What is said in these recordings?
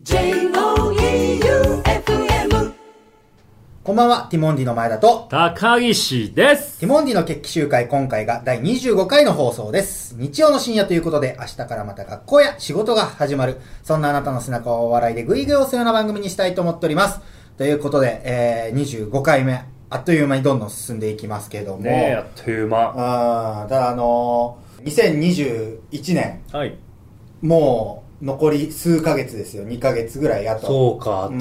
J-O-E-U-F-M こんばんは、ティモンディの前田と高岸です。 ティモンディの決起集会、今回が第25回の放送です。日曜の深夜ということで、明日からまた学校や仕事が始まる、そんなあなたの背中をお笑いでぐいぐい押すような番組にしたいと思っております。ということで、25回目、あっという間にどんどん進んでいきますけども。 ねえ、あっという間。 ただ2021年、 はい。 もう残り数ヶ月ですよ。2ヶ月ぐらいあと。 そうか、あと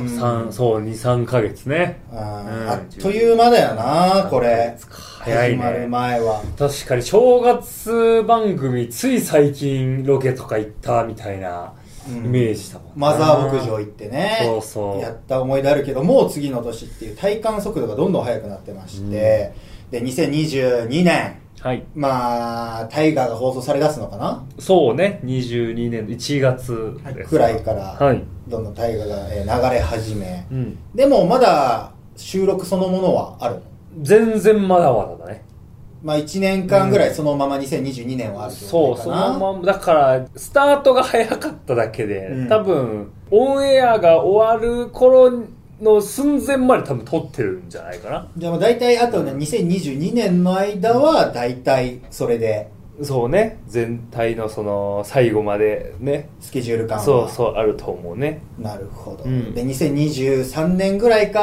2、3ヶ月ね。 あっという間だよな、これ。 早いね。 始まる前は。 確かに正月番組、つい最近ロケとか行ったみたいなイメージだもん、 マザー牧場行ってね。 そうそう。 やった思い出あるけど、もう次の年っていう体感速度がどんどん速くなってまして、で、2022年。 はい。 まあ、タイガーが放送され出すのかな、 そうね、22年1月です。 くらいから、 はい。 どんどんタイガーが流れ始め。 うん。 でも、まだ収録そのものはあるの？ 全然まだまだだね。 まあ、1年間ぐらいそのまま2022年はあるそう、そ状態かな。 のまま、だから、スタートが早かっただけで、 うん多分、オンエアが終わる頃の寸前まで多分撮ってるんじゃないかな。 じゃあもう大体あとね、2022年の間は大体それでそうね、全体のその、最後までね。 スケジュール感は。 そうそう、あると思うね。 なるほど。 うんで、2023年ぐらいから、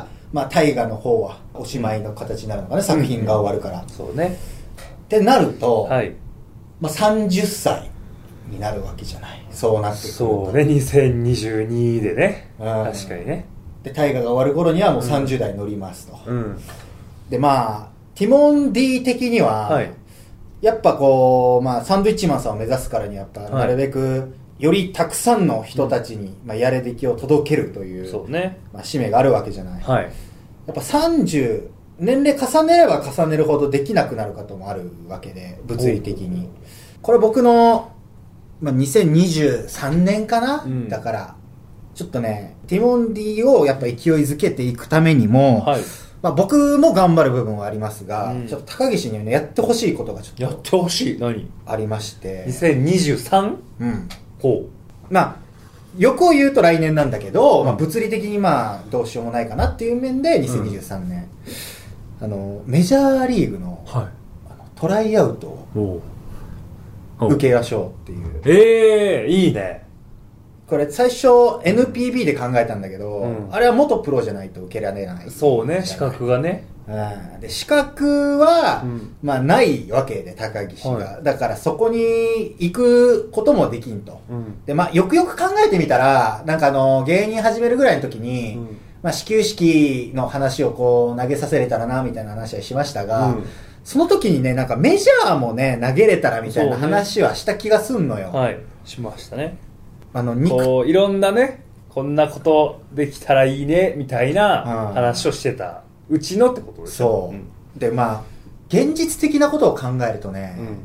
まあ、大河の方はおしまいの形になるのかな、作品が終わるから。 そうね。 ってなると、 はい。 まあ、30歳になるわけじゃない。そうなってくると。 そうね、2022でね。 うん確かにね。 で、大河が終わる頃にはもう30代乗りますと。 うん。 で、まあ、ティモンディ的には、 はい。 やっぱこう、まあ、サンドイッチマンさんを目指すからにやっぱ、 はいなるべく、よりたくさんの人たちに、まあ、やれできを届けるという、 そうね。 まあ、使命があるわけじゃない。 はい。 やっぱ30、年齢重ねれば重ねるほどできなくなることもあるわけで、物理的に。これ僕の、まあ、2023年かな、 うんだから、ちょっとね、ティモンディをやっぱ勢いづけていくためにも、 はい。 まあ、僕も頑張る部分はありますが、 うんちょっと高岸にはね、やってほしいことがちょっとやってほしい。何？ ありまして、 2023? うん。 ほまあ、欲を言うと来年なんだけど、まあ、物理的にまあ、どうしようもないかなっていう面で、2023年、メジャーリーグの、 う。はい。 トライアウトをおう。 受けましょうっていう。 いいね。 これ最初 NPB で考えたんだけど、 うんあれは元プロじゃないと受けられない。 そうね、資格がね。 うんで、資格は、 うんまあないわけで、高岸が。 はだからそこに行くこともできんと。 うん。 で、まあよくよく考えてみたら、なんか芸人始めるぐらいの時に、 うんまあ始球式の話をこう投げさせれたらな、みたいな話はしましたが、 うんその時にね、なんかメジャーもね、投げれたらみたいな話はした気がすんのよ。 はい。しましたね。 肉こう、いろんなね、こんなことできたらいいね、みたいなうん話をしてた。うちのってことですよ。 そう。で、まあ、現実的なことを考えるとね、 うん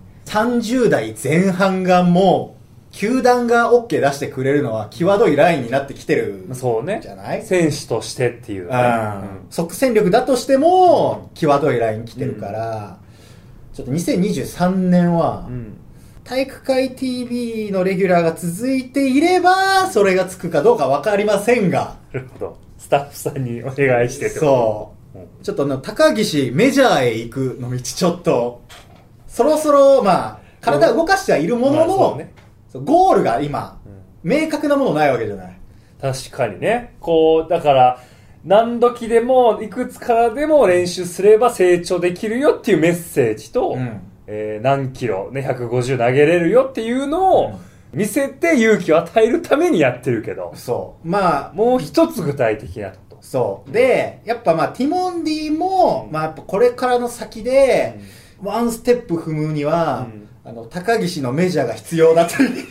30代前半がもう、球団が OK 出してくれるのは際どいラインになってきてるうん。そうねじ。ゃない？ 選手としてっていうね。 即戦力だとしても、際どいライン来てるから、ちょっと2023年は、 うん。 体育会 TV のレギュラーが続いていれば、それがつくかどうかわかりませんが、 なるほど。スタッフさんにお願いしてってそう。 うん。 ちょっと高岸メジャーへ行くの道ちょっと、そろそろまあ、体動かしてはいるものまあの、 そうね。 そうゴールが今、 うん明確なものないわけじゃない。 確かにね。こう、だから、何時でも、いくつからでも練習すれば成長できるよっていうメッセージと、 うん何キロ、ね、150投げれるよっていうのを見せて勇気を与えるためにやってるけど、 そう。まあ、 もう一つ具体的なこと。 そう。で、やっぱまあ、ティモンディも、まあやっぱこれからの先で、ワンステップ踏むには、高岸のメジャーが必要だという。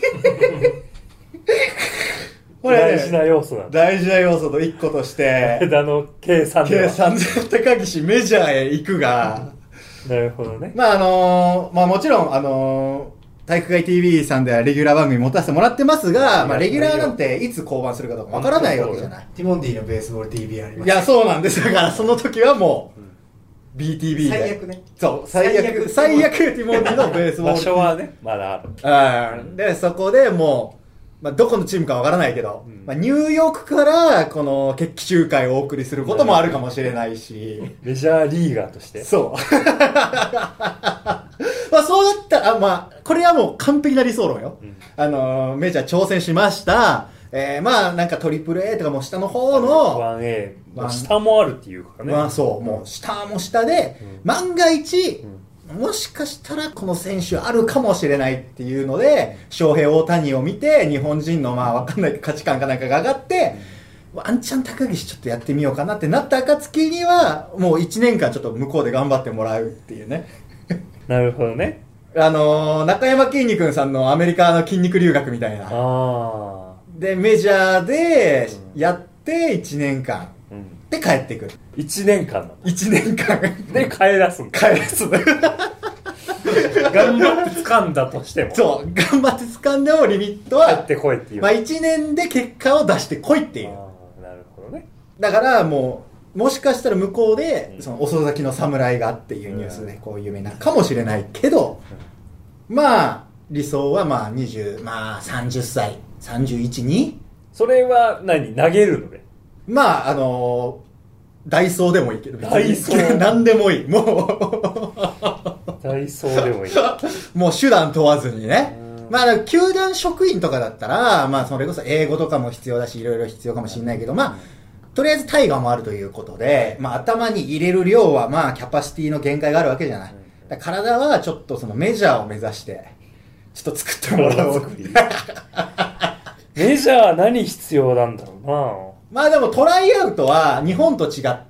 これね大事な要素なんだ。 大事な要素の一個として、 枝の計算では。 計算で高岸メジャーへ行くが、 なるほどね。 まあまあもちろん体育会 TV さんではレギュラー番組持たせてもらってますが、まあレギュラーなんていつ降板するかどうかわからないわけじゃない。 ティモンディのベースボール TV あります。 いや、そうなんです。だからその時はもう、BTV で。 最悪ね。 そう、最悪ティモンディのベースボール。 場所はね、まだある。 うん。で、そこでもう、 まあ、どこのチームかわからないけど、 うんまあ、ニューヨークからこの決起集会をお送りすることもあるかもしれないし、 メジャーリーガーとしてそう。まあそうだったら、まあ、これはもう完璧な理想論よ。メジャー挑戦しました。まあなんかトリプル A とかも下の方の、 1A 下もあるっていうからね。 まあそう、もう下も下で、万が一、もしかしたらこの選手あるかもしれないっていうので、翔平大谷を見て、日本人のまあわかんない価値観かなんかが上がって、ワンチャン高岸ちょっとやってみようかなってなった暁には、もう1年間ちょっと向こうで頑張ってもらうっていうね。 なるほどね。 中山きんに君さんのアメリカの筋肉留学みたいな。 あで、メジャーでやって1年間。 あ。うん。 で帰ってくる。 1年間なの。 1年間。 で帰らすんだ。 帰らす。 頑張って掴んだとしても。 そう、頑張って掴んでもリミット帰っは、 てこいっていう。 まあ1年で結果を出してこいっていう。 ああ、なるほどね。 だからもしかしたら向こうで、その遅咲きの侍がっていうニュースでこう有名なかもしれないけど、まあ、理想はまあ30歳、31、2? それは何投げるのね。 まあ、ダイソーでもいいけど。 ダイソー何でもいい。もダイソーでもいい。 う、もう手段問わずにね。まあ、球団職員とかだったら、まあ、それこそ英語とかも必要だし、いろいろ必要かもしれないけど、まあ、とりあえずタイガーもあるということで、まあ、頭に入れる量は、まあ、キャパシティの限界があるわけじゃない。だから体はちょっとそのメジャーを目指して、ちょっと作ってもらおう。 メジャー何必要なんだろうな。 まあでもトライアウトは日本と違って、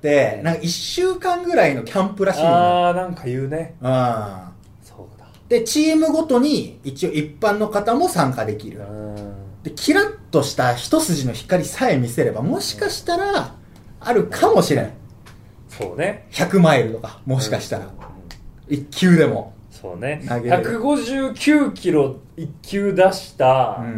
なんか1週間ぐらいのキャンプらしいのよ。 ああ、なんか言うね。 うん。 そうだ。 で、チームごとに一応一般の方も参加できる。で、キラッとした一筋の光さえ見せれば、もしかしたら、あるかもしれない。 そうね。 100マイルとか、もしかしたら。一球でも。 そうね。 投げれる 159キロ1球出したうん。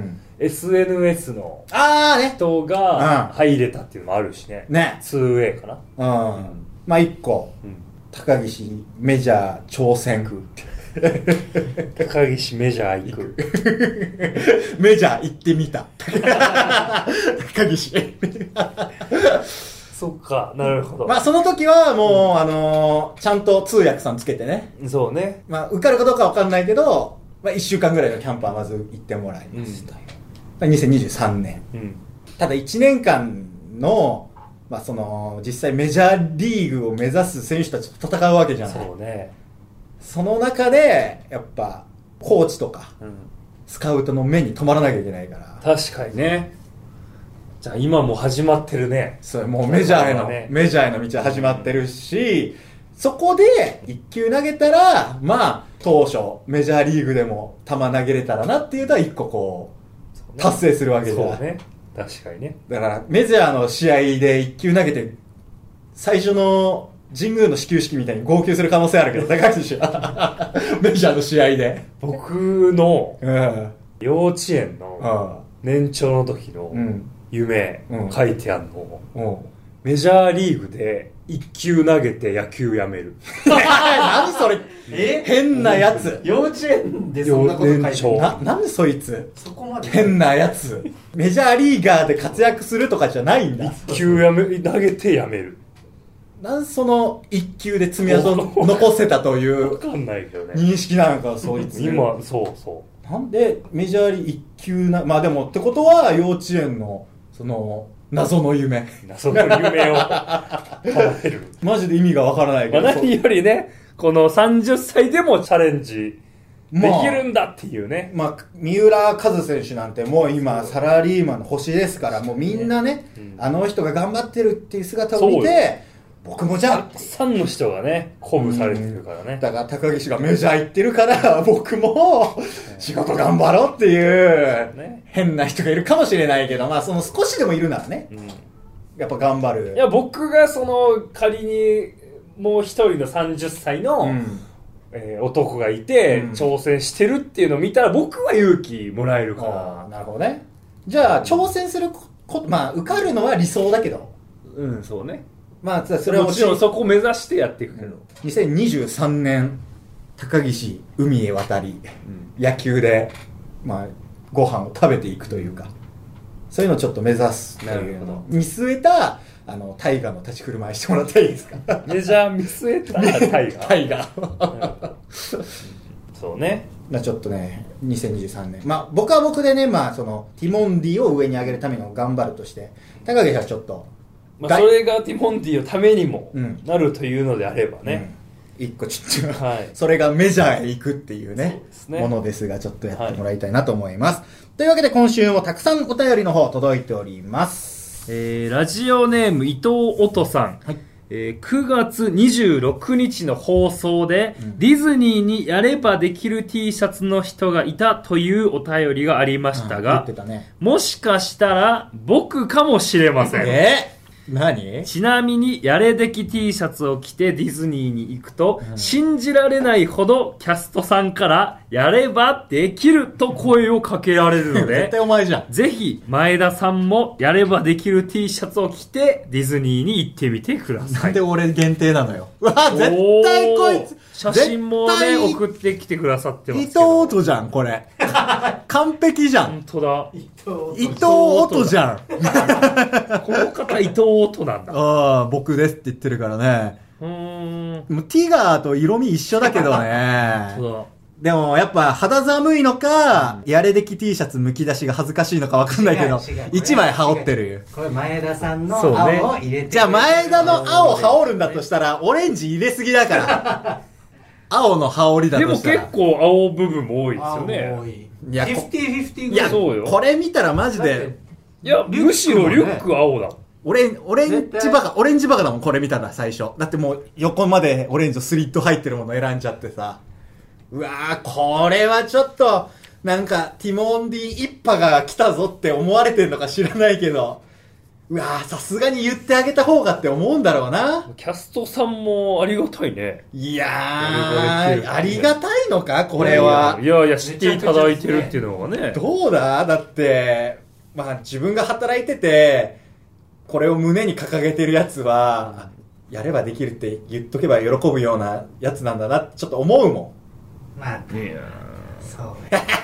SNS のあーね。 人が入れたっていうのもあるしね。 ね。 2way かな。 うん。まあ一個、 うん。 高岸メジャー挑戦。 高岸メジャー行く。 メジャー行ってみた。高岸。 そっか、なるほど。 まあその時はもう、ちゃんと通訳さんつけてね。 そうね。 まあ受かるかどうかわかんないけど、まあ1週間ぐらいのキャンプはまず行ってもらいますという。2023年。 うん。 ただ1年間の、まあその、実際メジャーリーグを目指す選手たちと戦うわけじゃない。 そうね。 その中で、やっぱ、コーチとか、 うん。 スカウトの目に留まらなきゃいけないから。 確かにね。じゃあ今もう始まってるね。 それもうメジャーへの、 ねメジャーへの道は始まってるし、そこで1球投げたら、まあ、当初、メジャーリーグでも球投げれたらなっていうのは1個こう、達成するわけじゃん。 そうね。確かにね。 だから、メジャーの試合で1球投げて、最初の神宮の始球式みたいに号泣する可能性あるけど、高橋はメジャーの試合で。 僕のうん。 幼稚園の年長の時のうん。 夢うん書いてあるの、 うん。 メジャーリーグで1球投げて野球やめる。 何それ変なやつ。 幼稚園でそんなこと書いて年長るなんでそいつそこまで変なやつ。メジャーリーガーで活躍するとかじゃないんだ。 1球投げてやめる。 なんその1球で爪痕を残せたというわかんないけどね。 認識なのか、そいつ。 今、そうそなんでメジャーリーグ1球な、まあでもってことは幼稚園の、その、謎の夢。 う。その夢を叶える。 マジで意味がわからないけど。 まあ何よりね、この30歳でもチャレンジできるんだっていうね。 まあ、三浦和選手なんてもう今サラリーマンの星ですから、もうみんなね、あの人が頑張ってるっていう姿を見そうよて、僕もじゃあたくさんの人がね、鼓舞されてるからね。 だから高岸がメジャー行ってるから僕も仕事頑張ろうっていうね変な人がいるかもしれないけど、まあその少しでもいるならね、 うんやっぱ頑張る。 いや、僕がその仮にもう一人の30歳の、 うん男がいて、 うん挑戦してるっていうのを見たら僕は勇気もらえるかああ、なるほどね。じゃあ挑戦するまあ受かるのは理想だけど、 ら。うん、そうね。 まあそれはもちろんそこを目指してやっていくけど。 2023年高岸海へ渡り、野球でまあご飯を食べていくというか、そういうのをちょっと目指すというのを見据えた大河の立ち振る舞いしてもらったらいいですか。 メジャー見据えた大河。 大河そうね。 ちょっとね2023年、まあ僕は僕でね、まあそのティモンディを上に上げるための頑張るとして、高木さんちょっと、 まあ、それがティモンディのためにもうんなるというのであればね、 一個ちょっと、 はい、 それがメジャーへ行くっていうね、 そうですねものですが、ちょっとやってもらいたいなと思います。というわけで今週もたくさんお便りの方届いております。 ラジオネーム伊藤音さん、 はい。 9月26日の放送で、ディズニーにやればできる T シャツの人がいたというお便りがありました言が、 ってたね。 もしかしたら僕かもしれません。 何？ ちなみにやれでき T シャツを着てディズニーに行くと、信じられないほどキャストさんからやればできると声をかけられるの絶で対お前じゃん。 ぜひ前田さんもやればできる T シャツを着てディズニーに行ってみてくださないんで俺限定なのよ。うわ、絶対こいつ。 写真もね絶対送ってきてくださってます伊藤けど。 音じゃん、これ。完璧じゃん。 本当だ。 伊藤音じゃん。 この方伊藤音なんだ。 ああ、僕ですって言ってるからね。もうティガーと色味一緒だけどね。 本当だ。 でもやっぱ肌寒いのか、やれでき T シャツ剥き出しが恥ずかしいのかわかんないけど違う、 一枚羽織ってるよ。 これ前田さんのそうね青を入れて、 じゃあ前田の青羽織るんだとしたら、オレンジ入れすぎだから。青の羽織だでもとしたら。 結構青部分も多いですよ青多ね。 い。 いや 50-50 いや、 ぐらい。 そうよこれ見たらマジだってで、 いや、むしろリュック青だもん。 オレンジバカだもん、これ見たら最初。だってもう横までオレンジのスリット入ってるもの選んじゃってさ。うわー、これはちょっと、なんか、ティモンディ一派が来たぞって思われてんのか知らないけど、うわー、さすがに言ってあげた方がって思うんだろうな。 キャストさんもありがたいね。 いやー、 やればできるありがたいのかこれは。 いやいや、知っていただいてるっていうのがね。 どうだだって、まあ自分が働いてて、これを胸に掲げてるやつは、やればできるって言っとけば喜ぶようなやつなんだなってちょっと思うもまあ、 いやそう。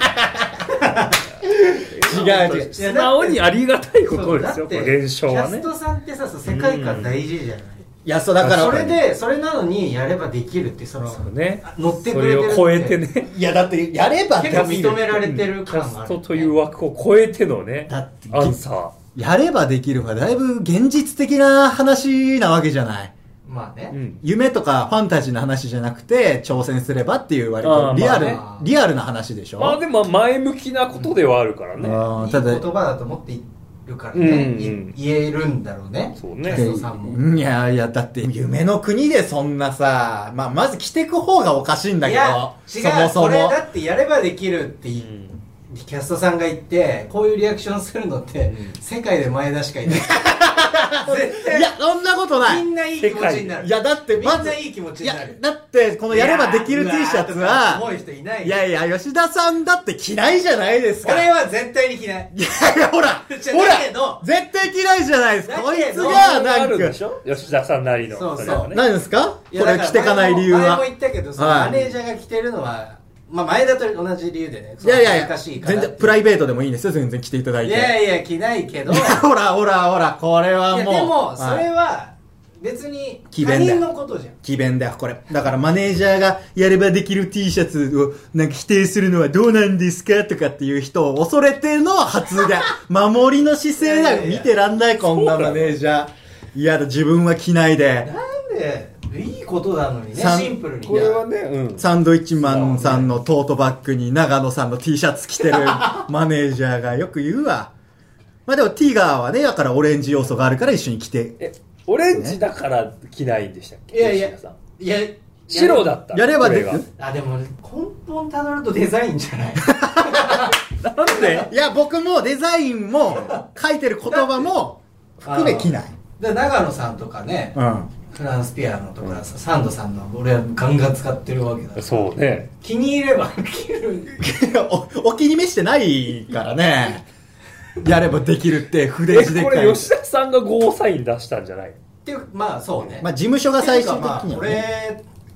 違う違う素直にありがたいことですよ、こそうだっての現象はねキャス。トさんってさ、世界観大事じゃない。 いや、そうだから、 それなのにやればできるって、 そうね。 乗ってそくれてるってれを超えてね。 いや、だって、やればで結構きる。 認められてるキ感がある、 ャストという枠を超えてのねだって、 アンサやればできるはだいぶ現実的な話なわけじゃない。 まあね。 ー。うん。 夢とかファンタジーな話じゃなくて、挑戦すればっていう割とリアル、 まあねリアルな話でしょ。 まあでも前向きなことではあるからね。 いいうんただ言葉だと思っているからね、 うん言えるんだろうね。 そうねキャストさんも。 いやいや、だって夢の国でそんなさ、まあ、まず着てく方がおかしいんだけど、 いや、違う、 そもそこれも。 だってやればできるってキャストさんが言って、こういうリアクションするのって、世界で前田しかいない。絶対いや、そんなことない。 みんないい気持ちになる。 いや、だってみんまず、 ないい気持ちいやになる。、 だって、このやればできる T シャツうわーとかは、 思う人いない。 いやいや、吉田さんだって嫌いじゃないですか。 俺は絶対に着ない。 いやいや、ほら、 じゃほらだけど、 絶対嫌いじゃないですか。 だけどこいつが、 あなんかるんで、しょ吉田さんなりの。 そうそうれはね何ですかこいやれ着てかない理由は前も。言ったけどさ、 はいマネージャーが着てるのは、まあ前田と同じ理由でね。 いやいやいや、 難しいから。 全然プライベートでもいいんですよ、全然着ていただいて。 いやいや、着ないけど。いほらほらほら、これはもう。 やでも、それはいは、別に、 詭弁だよ他人のことじゃん。 詭弁だよ、これ。だからマネージャーがやればできる T シャツをなんか否定するのはどうなんですかとかっていう人を恐れての発言。守りの姿勢だよ。 いやいやいや見てらんない、こんなマネージャー。いやだ、自分は着ないで。 なんで、いいことなのにね、シンプルに。 これはね、うん。 サンドイッチマンさんのトートバッグに長野さんの T シャツ着てるマネージャーがよく言うわ。まあでもティガーはね、だからオレンジ要素があるから一緒に着て。 オレンジだから着ないんでしたっけいやいや吉田さんいや、 白だった。 やればでこれあ、でも、根本たどるとデザインじゃない。 がなんでいや、僕もデザインも書いてる言葉も含め着ない。 で長野さんとかね、 うん。 フランスピアノとかさ、サンドさんの俺はガンガン使ってるわけだ。 そうね。 気に入れば着る。 お気に召してないからね。やればできるって筆字でこ書いて。 れ吉田さんがゴーサイン出したんじゃないっていう、まあそうね。 まあ事務所が最終的にはっていうかまあね。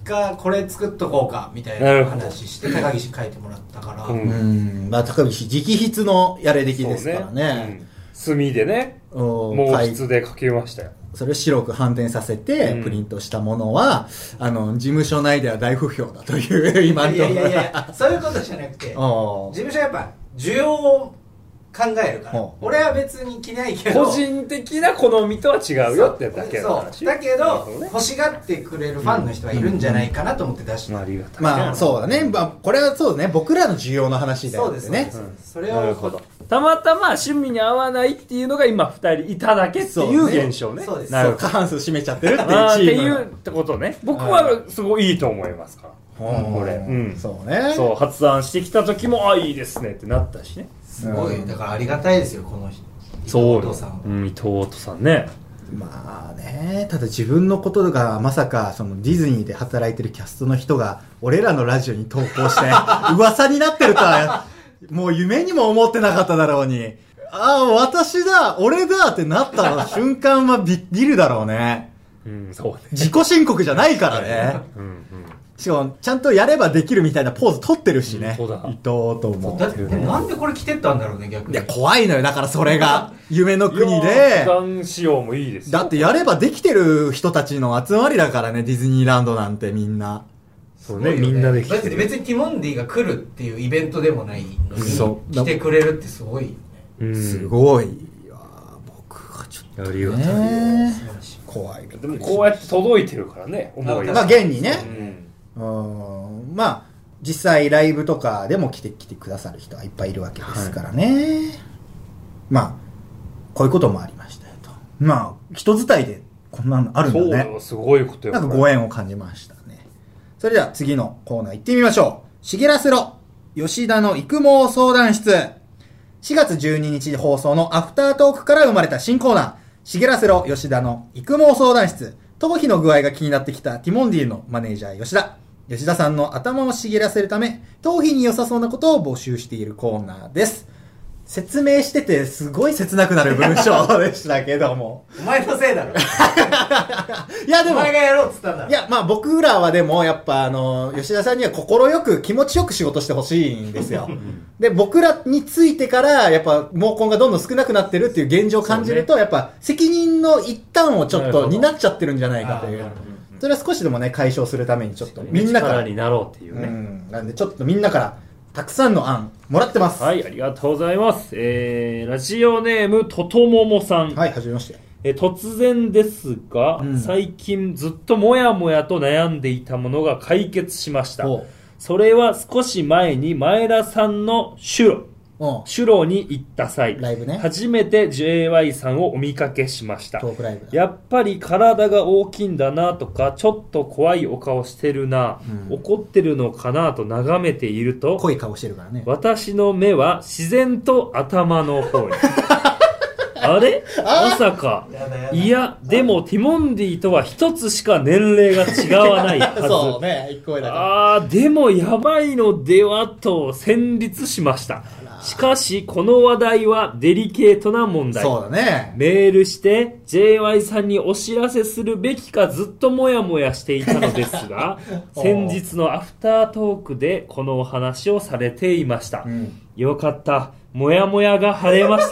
日これ作っとこうかみたいな話して高岸書いてもらったから、 まあ高岸直筆のやれできですからね。 墨でね、毛筆で書きましたよ。 それを白く反転させてプリントしたものは、事務所内では大不評だという今のところ。 いやそういうことじゃなくて、事務所やっぱ需要を考えるから、俺は別に着ないけど個人的な好みとは違うよってだけの話。 だけど、欲しがってくれるファンの人はいるんじゃないかなと思って出した。 まあそうだね、これはそうね、僕らの需要の話だよね。 そうです、それをなるほど。たまたま趣味に合わないっていうのが今2人いただけっていう現象ね。 そうです。 過半数占めちゃってるっていうチームっていうってことね。僕はすごいいいと思いますから。これ、 そうね。 そう発案してきた時もいいですねってなったしね。 すごい、だからありがたいですよこの人。 そう伊藤さん。 伊藤さんね。 まあね、ただ自分のことがまさかそのディズニーで働いてるキャストの人が俺らのラジオに投稿して噂になってるとはもう夢にも思ってなかっただろうに、私だ俺だってなった瞬間はビビるだろうね。 そうね。 自己申告じゃないからね。しかもちゃんとやればできるみたいなポーズ取ってるしね。伊藤とも。 でもなんでこれ着てったんだろうね逆に。 いや怖いのよ、だからそれが夢の国で。 普段仕様もいいですよ。 だってやればできてる人たちの集まりだからね、ディズニーランドなんてみんな。 そうね、みんなで来てる。 別にティモンディが来るっていうイベントでもないのに来てくれるってすごいね。 すごい。僕はちょっとありがたい。 怖い。 でもこうやって届いてるからね、思い出。 まあ現にね。まあ実際ライブとかでも来てくださる人はいっぱいいるわけですからね。まあこういうこともありましたよと。まあ人伝いでこんなのあるんだね。 そう、すごいことよ。 なんかご縁を感じましたね。それでは次のコーナー行ってみましょう。しげらせろ吉田の育毛相談室。4月12日放送のアフタートークから生まれた新コーナー、しげらせろ吉田の育毛相談室。頭皮の具合が気になってきたティモンディのマネージャー吉田。吉田さんの頭を茂らせるため、頭皮に良さそうなことを募集しているコーナーです。説明しててすごい切なくなる文章でしたけども。 お前のせいだろ。 いやでも。 お前がやろうっつったんだろ。 いやまあ僕らはでもやっぱ吉田さんには心よく気持ちよく仕事してほしいんですよ。で僕らについてからやっぱ毛根がどんどん少なくなってるっていう現状を感じると、やっぱ責任の一端をちょっと担っちゃってるんじゃないかという。それは少しでもね解消するためにちょっとみんなから力になろうっていうね。 なんでちょっとみんなからたくさんの案もらってます。 はい、ありがとうございます。ラジオネームととももさん。 はい、はじめまして。 突然ですが、最近ずっともやもやと悩んでいたものが解決しました。それは少し前に前田さんのシュロに行った際、 ライブね、 初めて JY さんをお見かけしました。 トークライブだ。 やっぱり体が大きいんだなとか、ちょっと怖いお顔してるな、怒ってるのかなと眺めていると、 濃い顔してるからね。 私の目は自然と頭の方に。あれまさか。いや、でもティモンディとは一つしか年齢が違わないはず。 そうね、一個目だから。 でもやばいのではと戦慄しました。しかし、この話題はデリケートな問題。 そうだね。 メールして、JY さんにお知らせするべきかずっともやもやしていたのですが、先日のアフタートークでこのお話をされていました。よかった。もやもやが晴れました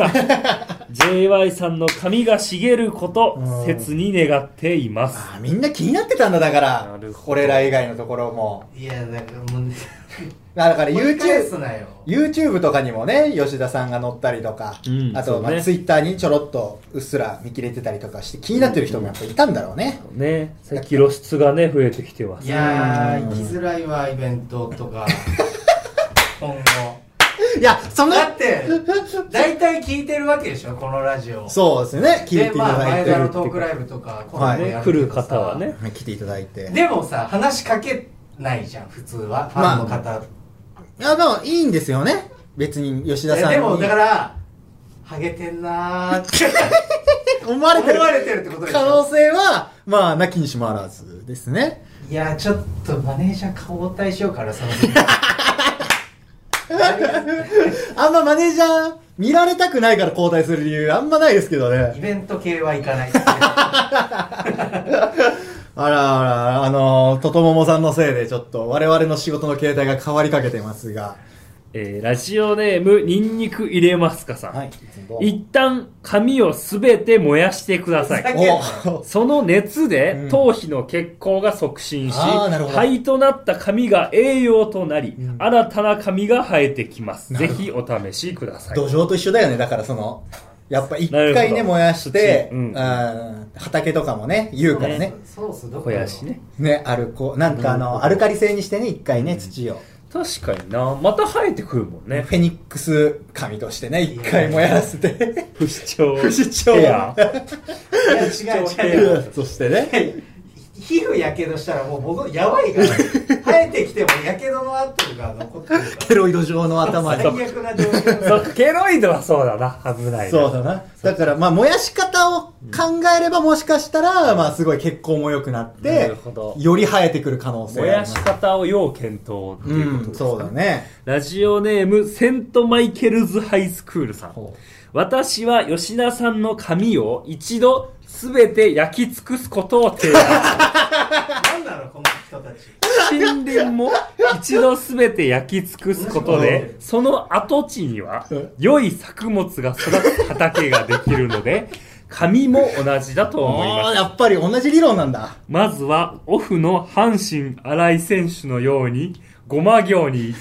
。JY さんの髪が茂ること、切に願っています。 みんな気になってたんだ、だから。俺ら以外のところも。 いや、だからもう、 だから YouTube とかにもね、吉田さんが載ったりとか、あと、Twitter にちょろっとうっすら見切れてたりとかして気になってる人もやっぱいたんだろうね。 ね、最近露出がね、増えてきてます。 いやー、行きづらいわ、イベントとか。今後。 いや、 だって、大体聞いてるわけでしょ、このラジオ。 そうですね、聞いていただいてる。 前田のトークライブとか、 来る方はね、 来ていただいて。 でもさ、話しかけないじゃん、普通は。ファンの方。 いや、まあ、いいんですよね。別に、吉田さんに。 でも、だから、ハゲてんなーって。 思われてるってことでしょ。 可能性は、まあ、なきにしもあらずですね。 いや、ちょっとマネージャー交代しようから、そのあんまマネージャー見られたくないから交代する理由あんまないですけどね。 イベント系は行かない。 あらあら、トトモモさんのせいでちょっと我々の仕事の形態が変わりかけてますが。 ラジオネーム、ニンニク入れますかさん。 はい。 一旦、紙をすべて燃やしてください。 おその熱で、頭皮の血行が促進し、灰となった紙が栄養となり、新たな紙が生えてきます。ぜひお試しください。 土壌と一緒だよね。だからやっぱ一回ね、燃やして、畑とかもね、言うからね。 そうそう、 肥やしね。 ね、アルカリ性にしてね、一回ね、土を。 確かにな。また生えてくるもんね。 フェニックス紙としてね、一回燃やせて。 不死鳥。 不死鳥。 いや、違う。 そしてね。 皮膚やけどしたらもう僕やばいから生えてきてもやけどの跡が残ってるからケロイド状の頭で最悪な状況そうか、ケロイドはそうだな。危ないな。 そうだな。だからまあ燃やし方を考えればもしかしたらまあすごい血行も良くなってより生えてくる可能性燃やし方を要検討っていうことですか、 そうだね。 ラジオネームセントマイケルズハイスクールさん。私は吉田さんの髪を一度すべて焼き尽くすことを提案何なのこの人たち。 森林も一度すべて焼き尽くすことでその跡地には良い作物が育つ畑ができるので髪も同じだと思います。 やっぱり同じ理論なんだ。 まずはオフの阪神新井選手のようにごま行に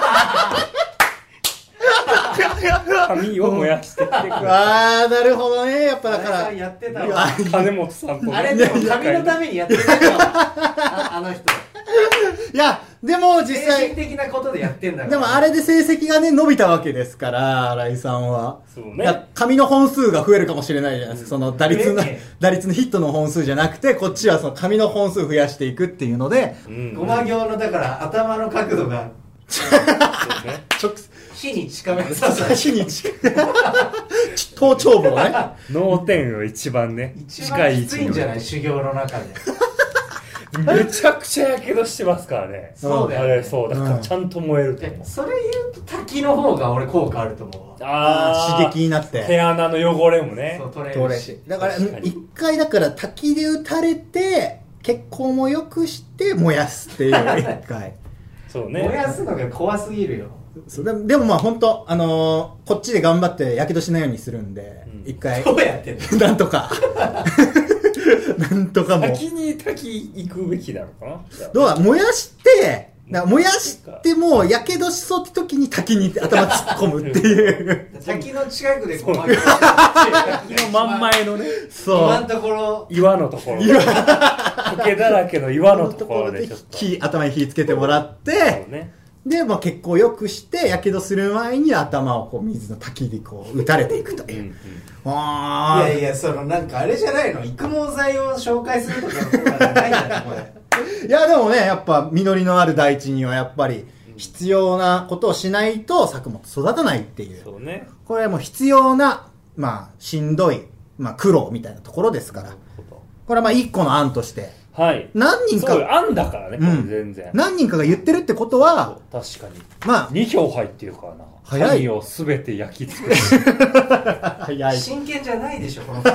髪を燃やしてきてくれ。 なるほどね。やっぱだからやってたわ。 金本さんとね。 あれでも髪のためにやってたよ。あの人。 いや、でも実際。 精神的なことでやってんだから。 でもあれで成績がね、伸びたわけですから、新井さんは。 そうね。 髪の本数が増えるかもしれないじゃないですか。その打率のヒットの本数じゃなくて、こっちはその髪の本数増やしていくっていうので。 ごま行の、だから頭の角度が。火に近めさせ火に近め頭頂部をね脳天を一番ね近い位置に。一番きついんじゃない修行の中で。 めちゃくちゃやけどしてますからね。 そうだよね。 そうだからちゃんと燃えると思う。 それ言うと滝の方が俺効果あると思う。 刺激になって毛穴の汚れもね取れるし。 だから一回だから滝で打たれて血行も良くして燃やすっていう一回そうね。 燃やすのが怖すぎるよ。 でもまあ本当こっちで頑張ってやけどしないようにするんで一回どうやってんのなんとかなんとかも先に滝行くべきなのかな。 どうだ燃やしてもやけどしそうって時に滝に頭突っ込むっていう滝の近くでこう滝の真ん前のねそう今のところ岩のところ苔だらけの岩のところでちょっと頭に火つけてもらって、で、まあ、血行を良くしてやけどする前に頭をこう水の滝でこう打たれていくという。 いやいや、なんかあれじゃないの、育毛剤を紹介するとかのコーナーじゃないんだよこれ。 いやでもね、やっぱ実りのある大地にはやっぱり必要なことをしないと作物育たないっていう。 そうね。 これはもう必要な、まあしんどい、まあ苦労みたいなところですから。これはまあ一個の案として。 はい。 何人か。 そう、案だからね、これ全然。 何人かが言ってるってことは、 確かに。 まあ。 2票入ってるからな。 早い。 紙をすべて焼き尽くす。 早い。 真剣じゃないでしょ、この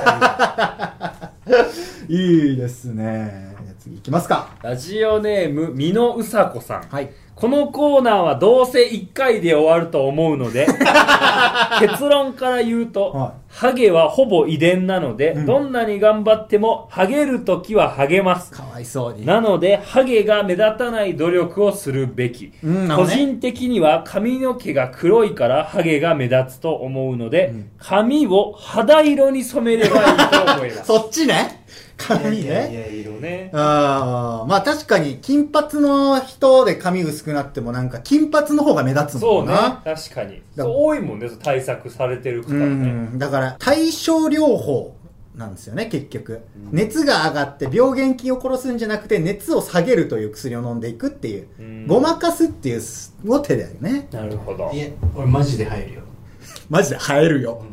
2 人。いいですね。次行きますか。 ラジオネーム、みのうさこさん。 はい。 このコーナーはどうせ1回で終わると思うので結論から言うと、はい、ハゲはほぼ遺伝なので、どんなに頑張ってもハゲるときはハゲます。 かわいそうに。 なのでハゲが目立たない努力をするべき、個人的には髪の毛が黒いからハゲが目立つと思うので、髪を肌色に染めればいいと思いますそっちね、髪ね。 いや色ね。 まあ確かに金髪の人で髪薄くなってもなんか金髪の方が目立つもんな。 そうね、確かに。そう多いもんね、対策されてる方ね。 だから対症療法なんですよね、結局。熱が上がって病原菌を殺すんじゃなくて熱を下げるという薬を飲んでいくっていう、ごまかすっていうの手だよね。 なるほど。 いや、俺マジで入るよ。 マジで生えるよ。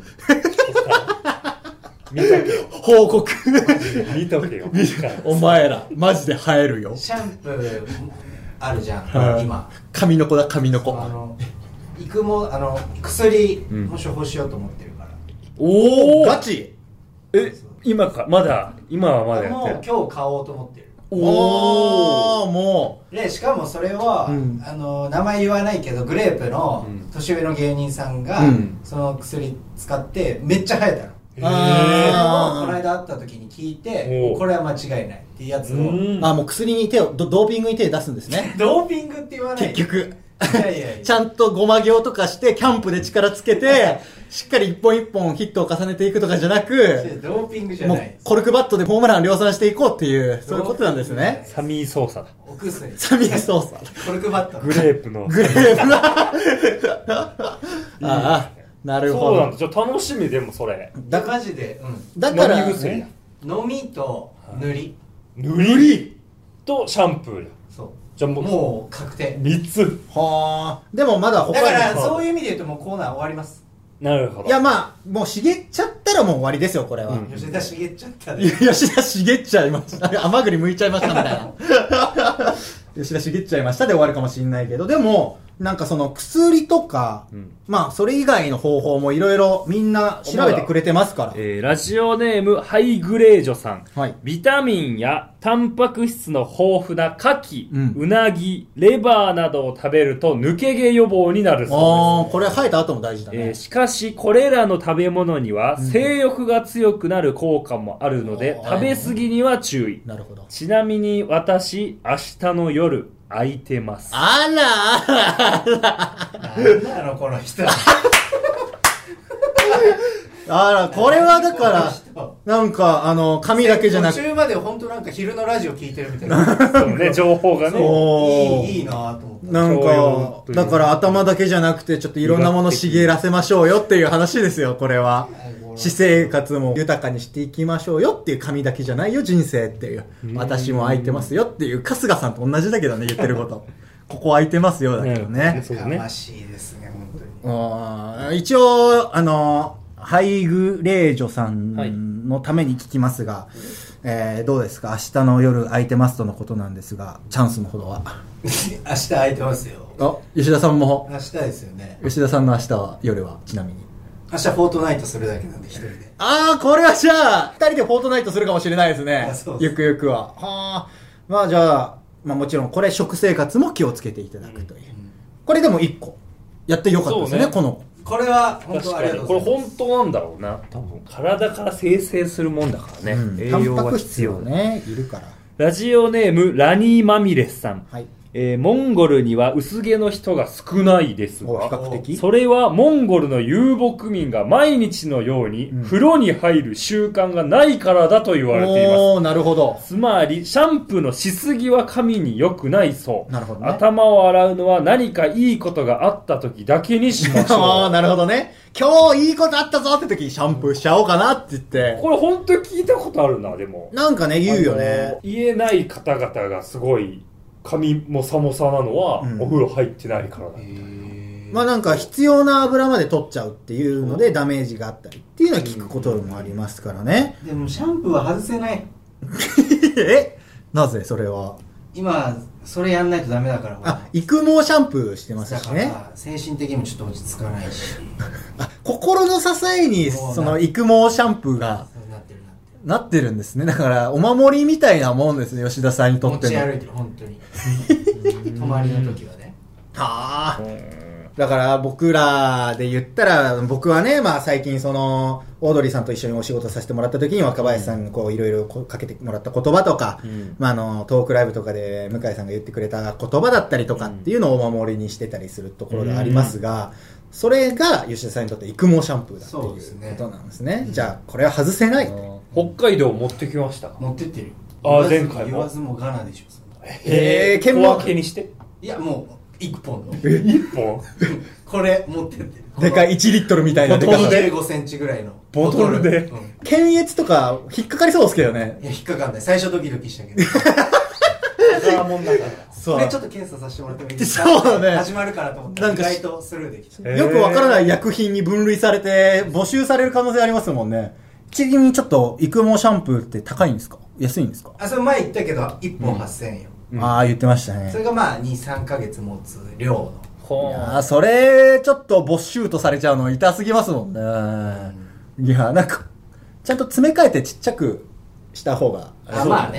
見とけよ。 報告。 見とけよ。 お前ら、マジで生えるよ。 シャンプーあるじゃん、今。 髪の子だ、髪の子。 育毛、薬も処方しようと思ってるから。 おー、ガチ？ 今か、まだ、今はまだやってる。 もう今日買おうと思ってる。 おー、もでしかもそれは、 うん名前言わないけどグレープの年上の芸人さんが、 うんその薬使ってめっちゃ流行ったの。 う。 それをあこの間会った時に聞いておうこれは間違いないっていうやつをうんあ、もう薬に手を、ドーピングに手出すんですね。 ドーピングって言わない結局。 いやいやいやちゃんとごま行とかして、キャンプで力つけて、しっかり一本一本ヒットを重ねていくとかじゃなく、 ドーピングじゃもうないコルクバットでホームラン量産していこうっていう、そういうことなんですね。 サミー操作だ。 お薬サミー操作。 コルクバットグレープの。 グレープが。ああ、なるほど。 そうなんだ。じゃあ楽しみでもそれ。 だマジで、 だから、 飲み薬だ。 飲みと塗り、 塗りとシャンプーだ。 そうじゃあもうもう確定 3つ。 はあ。でもまだ他だに。 からそういう意味で言うともうコーナー終わります。 なるほど。 いやまあ、もう茂っちゃったらもう終わりですよ、これは。 うん吉田茂っちゃったね。 吉田茂っちゃいました。甘栗剥いちゃいましたみたいな。吉田茂っちゃいましたで終わるかもしれないけど、でも、なんかその薬とか、 うんまあそれ以外の方法もいろいろみんな調べてくれてますから。 ラジオネームハイグレージョさん。 はい。 ビタミンやタンパク質の豊富な牡蠣、 うんうなぎ、レバーなどを食べると抜け毛予防になるあそあ、これ生えた後も大事だうです。 ね。 しかしこれらの食べ物には性欲が強くなる効果もあるので、 うん食べ過ぎには注意。 なるほど。 ちなみに私、明日の夜、空いてます。 あらあらなんなのこの人。 あら、これはだから、なんか、髪だけじゃなくて、 途中まで本当なんか昼のラジオ聞いてるみたいな。 そうね、情報がね。 おーいいなぁと思った。 なん教養というか、だから頭だけじゃなくて、ちょっといろんなもの茂らせましょうよっていう話ですよ、これは。私生活も豊かにしていきましょうよっていう、髪だけじゃないよ、人生っていう。私も空いてますよっていう、春日さんと同じだけどね、言ってること。ここ空いてますよ、だけどね。 そうねやましいですね、本当に。 一応、ハイグレージョさんのために聞きますが、どうですか、明日の夜空いてますとのことなんですが、チャンスのほどは。 明日空いてますよ。 あ、吉田さんも、 明日ですよね。 吉田さんの明日は、夜は、ちなみに。 明日フォートナイトするだけなんで一人で。 あー、これはじゃあ、二人でフォートナイトするかもしれないですねあ。そうですゆくゆくは。はあ。まあじゃあ、まあもちろんこれ食生活も気をつけていただくという。これでも一個。やってよかったですね、 そうねこの。 これは本確当ありかにこれがとうございます。 本当なんだろうな。多分体から生成するもんだからね。栄タン養がパク質必要だ。 よね、いるから。 ラジオネームラニーマミレスさん。 はい。 モンゴルには薄毛の人が少ないですお比が、 較的。 それはモンゴルの遊牧民が毎日のように風呂に入る習慣がないからだと言われています。 おー、なるほど。 つまり、シャンプーのしすぎは髪に良くないそう。 なるほどね頭を洗うのは何かいいことがあった時だけにしましあょー、なるほどね。今日いいことあったぞって時、シャンプーしちゃおうかなって言っう。 て。 これ本当に聞いたことあるな、でも。 なんかね、言うよね。 言えない方々がすごい髪もさもさなのは、 うんお風呂入ってないからだ。 まあなんか必要な油まで取っちゃうっていうのでダメージがあったりっていうのは聞くこともありますからね。 でもシャンプーは外せない。 えなぜそれは。 今、それやんないとダメだから。 あ、育毛シャンプーしてますだかしね。 ら、精神的にもちょっと落ち着かないし。 あ、心の支えにそうその育毛シャンプーがそうなってるなってる。 なってるんですね。だからお守りみたいなもんですね、吉田さんにと持っての。 ち歩いてる、本当に。泊まりの時はね。 はあ。だから僕らで言ったら、僕はね、まあ最近その、オードリーさんと一緒にお仕事させてもらった時に若林さんにこういろいろかけてもらった言葉とか、まあトークライブとかで向井さんが言ってくれた言葉だったりとかっていうのをお守りにしてたりするところがありますが、それが吉田さんにとって育毛シャンプーだっていうそうですねことなんですね。じゃあこれは外せない。 北海道持ってきました。 持ってってるよ。 前回も言わずもがなでしょ、そんな小へー分けにして。 いや、もう、一本の。 一本これ持ってってる。 でかい1リットルみたいなでかさ。 15センチぐらいの。 ボトルでうん検閲とか引っかかりそうですけどね。 いや、引っかかんない。最初ドキドキしたけど。 宝物だから。 そこれちょっと検査させてもらってもいいですか？ そうだね始まるからと思ったらなんか意外とスルーできた。 よくわからない薬品に分類されて募集される可能性ありますもんね。ちなみにちょっと育毛シャンプーって高いんですか？安いんですか？ あ、それ前言ったけど、1本8000円よ。 ああ、言ってましたね。 それがまあ、2、3ヶ月持つ量の。 ほいやーそれ、ちょっと没収とされちゃうの痛すぎますもんね。いや、なんか、ちゃんと詰め替えてちっちゃくした方が。 あ、まあね。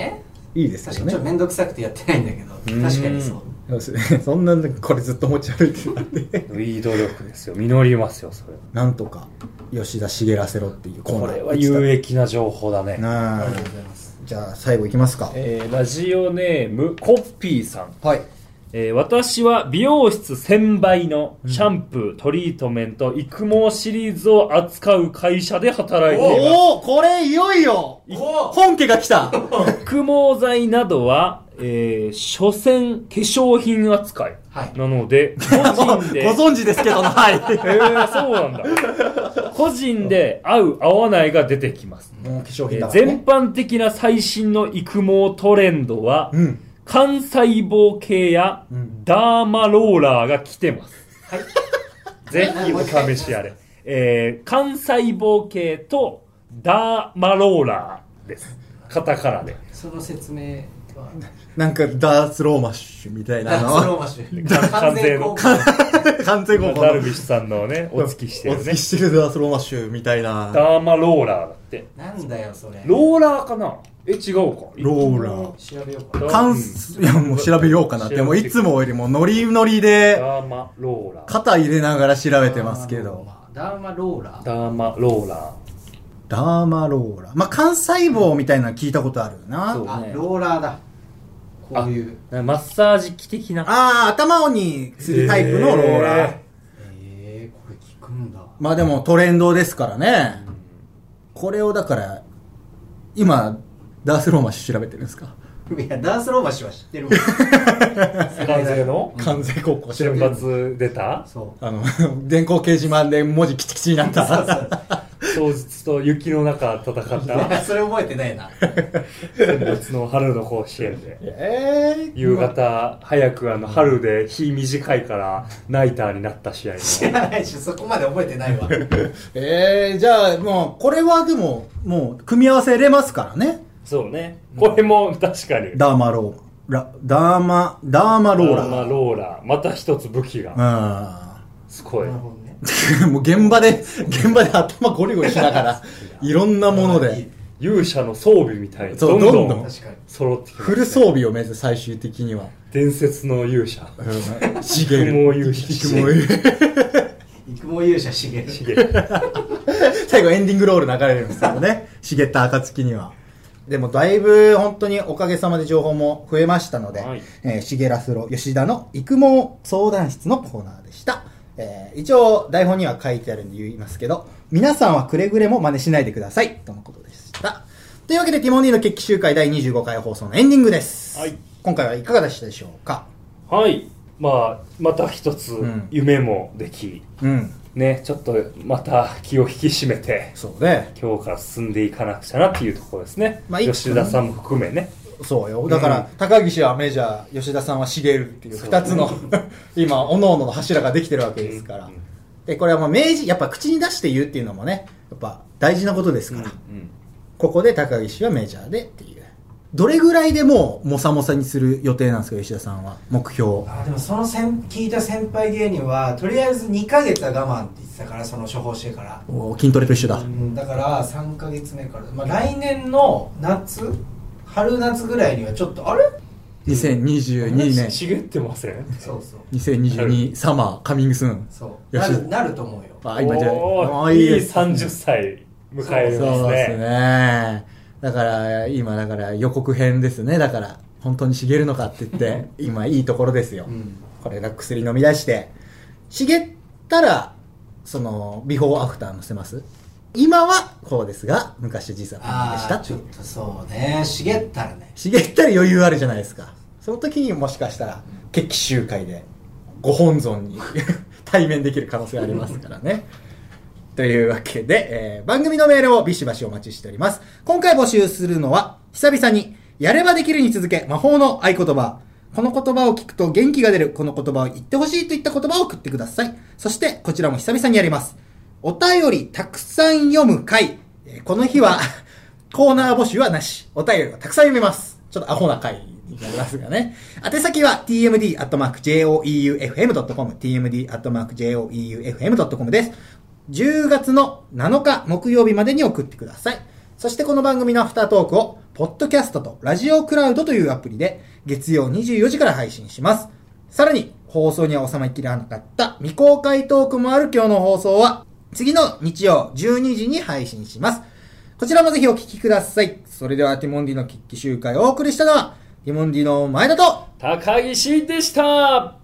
いいです確かにちょっとけどね。 面倒くさくてやってないんだけど、確かにそう。 そんなこれずっと持ち歩いてたんでいい努力ですよ。実りますよ、それ。 なんとか吉田茂らせろっていうコーナーこれは有益な情報だね。 なあありがとうございます。 じゃあ最後いきますか。 ラジオネームコッピーさん。 はい。 私は美容室1000倍のシャンプー、トリートメント、育毛シリーズを扱う会社で働いています。 おお、これいよいよ本家が来た。 育毛剤などは、所詮化粧品扱いはいなので、個人でご存知ですけど、はい。 そうなんだ。個人で合う合わないが出てきます。 もう化粧品だから全ね。 般的な最新の育毛トレンドは、 うん。 幹細胞系やダーマローラーが来てます。 はい。 ぜひお試しあれ。幹細胞系とダーマローラーです。カタカナで。 その説明は。 なんかダースローマッシュみたいなスローマッシュ。 完全の完全合法ダルビッシュさんのね、お付きしてるねお付き。してるダースローマッシュみたいな。 ダーマローラーだって。 なんだよ、それ。 ローラーかな違うか。 ローラー。 調べようかな。 いや、もう調べようかなって。もういつもよりもノリノリで、 ダーマローラー。 肩入れながら調べてますけど。 ダーマローラー。 ダーマローラダーマローラー。まあ、幹細胞みたいなの聞いたことあるな。 そうあ、ローラーだ。こういう。 ー。マッサージ機的な。 ああ、頭にするタイプのローラー。 これ聞くんだ。 まあでもトレンドですからね。これをだから、今、ダースローマッシュ調べてるんですか？ いや、ダースローマッシュは知ってるもん。 関税の関西高校調べ瞬てる。 発出たそう。 電光掲示板で文字キチキチになった。 当日と雪の中戦ったそれ覚えてないな。 先月の春の甲子園で夕方早く春で日短いからナイターになった試合知らないし、そこまで覚えてないわ。 じゃあもう、これはでも、もう、組み合わせれますからね。 そうねこれも確かにダーマローラ、ダーマローラダーマー。 ローラーまた一つ武器がすごいなるほどね。 もう現場で頭ゴリゴリしながら、いろんなもので、 勇者の装備みたいにそうどんどんどんどん確かに。 揃ってきますフル装備を目指す最終的には。 伝説の勇者しげる。 育毛勇者育毛勇者育毛勇者しげる。 最後エンディングロール流れるんですけどね。茂った暁には。でもだいぶ本当におかげさまで情報も増えましたので、 はい茂らすろ吉田の育毛相談室のコーナーでした。一応台本には書いてあるんで言いますけど、皆さんはくれぐれも真似しないでくださいとのことでした。というわけでティモンディの決起集会第25回放送のエンディングです。 はい。 今回はいかがでしたでしょうか？ はいまた一つん夢もでき、 うん。 ねちょっとまた気を引き締めてそうね。 今日から進んでいかなくちゃなっていうところですね、 まあ吉田さんも含めねそうよ。だから、高岸はメジャー、吉田さんは茂るっていう二つの、今、各々の柱ができてるわけですから。 うんで、これはもう明示、やっぱ口に出して言うっていうのもね、やっぱ大事なことですから。ここで高岸はメジャーでっていう。どれぐらいでもう、もさもさにする予定なんですか、吉田さんは。目標。 あ、でもその聞いた先輩芸人は、とりあえず2ヶ月は我慢って言ってたから、その処方してから。 筋トレと一緒だ。 だから3ヶ月目から、まあ、来年の春夏ぐらいにはちょっと、あれ 2022年、 茂ってませんそうそう。 2022サマーカミングスーン。 そう。 よしなると思うよ。 あ、今じゃあおーいいです 30歳迎えるんですそうですねね。だから、今、予告編ですね。だから、本当に茂るのかって言って、今いいところですよ。 うん。 これが薬飲み出して、茂ったら、ビフォーアフター載せます今はこうですが、昔は実はこうでしたっていうちょっとそうね。茂ったらね。 茂ったら余裕あるじゃないですか。その時にもしかしたら、決起集会で、ご本尊に対面できる可能性ありますからね。というわけで、番組のメールをビシバシお待ちしております。今回募集するのは、久々に、やればできるに続け、魔法の合言葉。この言葉を聞くと元気が出る、この言葉を言ってほしいといった言葉を送ってください。そして、こちらも久々にやります。お便りたくさん読む回。この日は、コーナー募集はなし。お便りはたくさん読めます。ちょっとアホな回になりますがね。宛先は tmd@joeufm.com tmd@joeufm.com です。10月の7日木曜日までに送ってください。そしてこの番組のアフタートークを、 ポッドキャストとラジオクラウドというアプリで月曜24時から配信します。さらに放送には収まりきらなかった未公開トークもある今日の放送は次の日曜12時に配信します。こちらもぜひお聞きください。それではティモンディの決起集会をお送りしたのはティモンディの前田と高岸でした。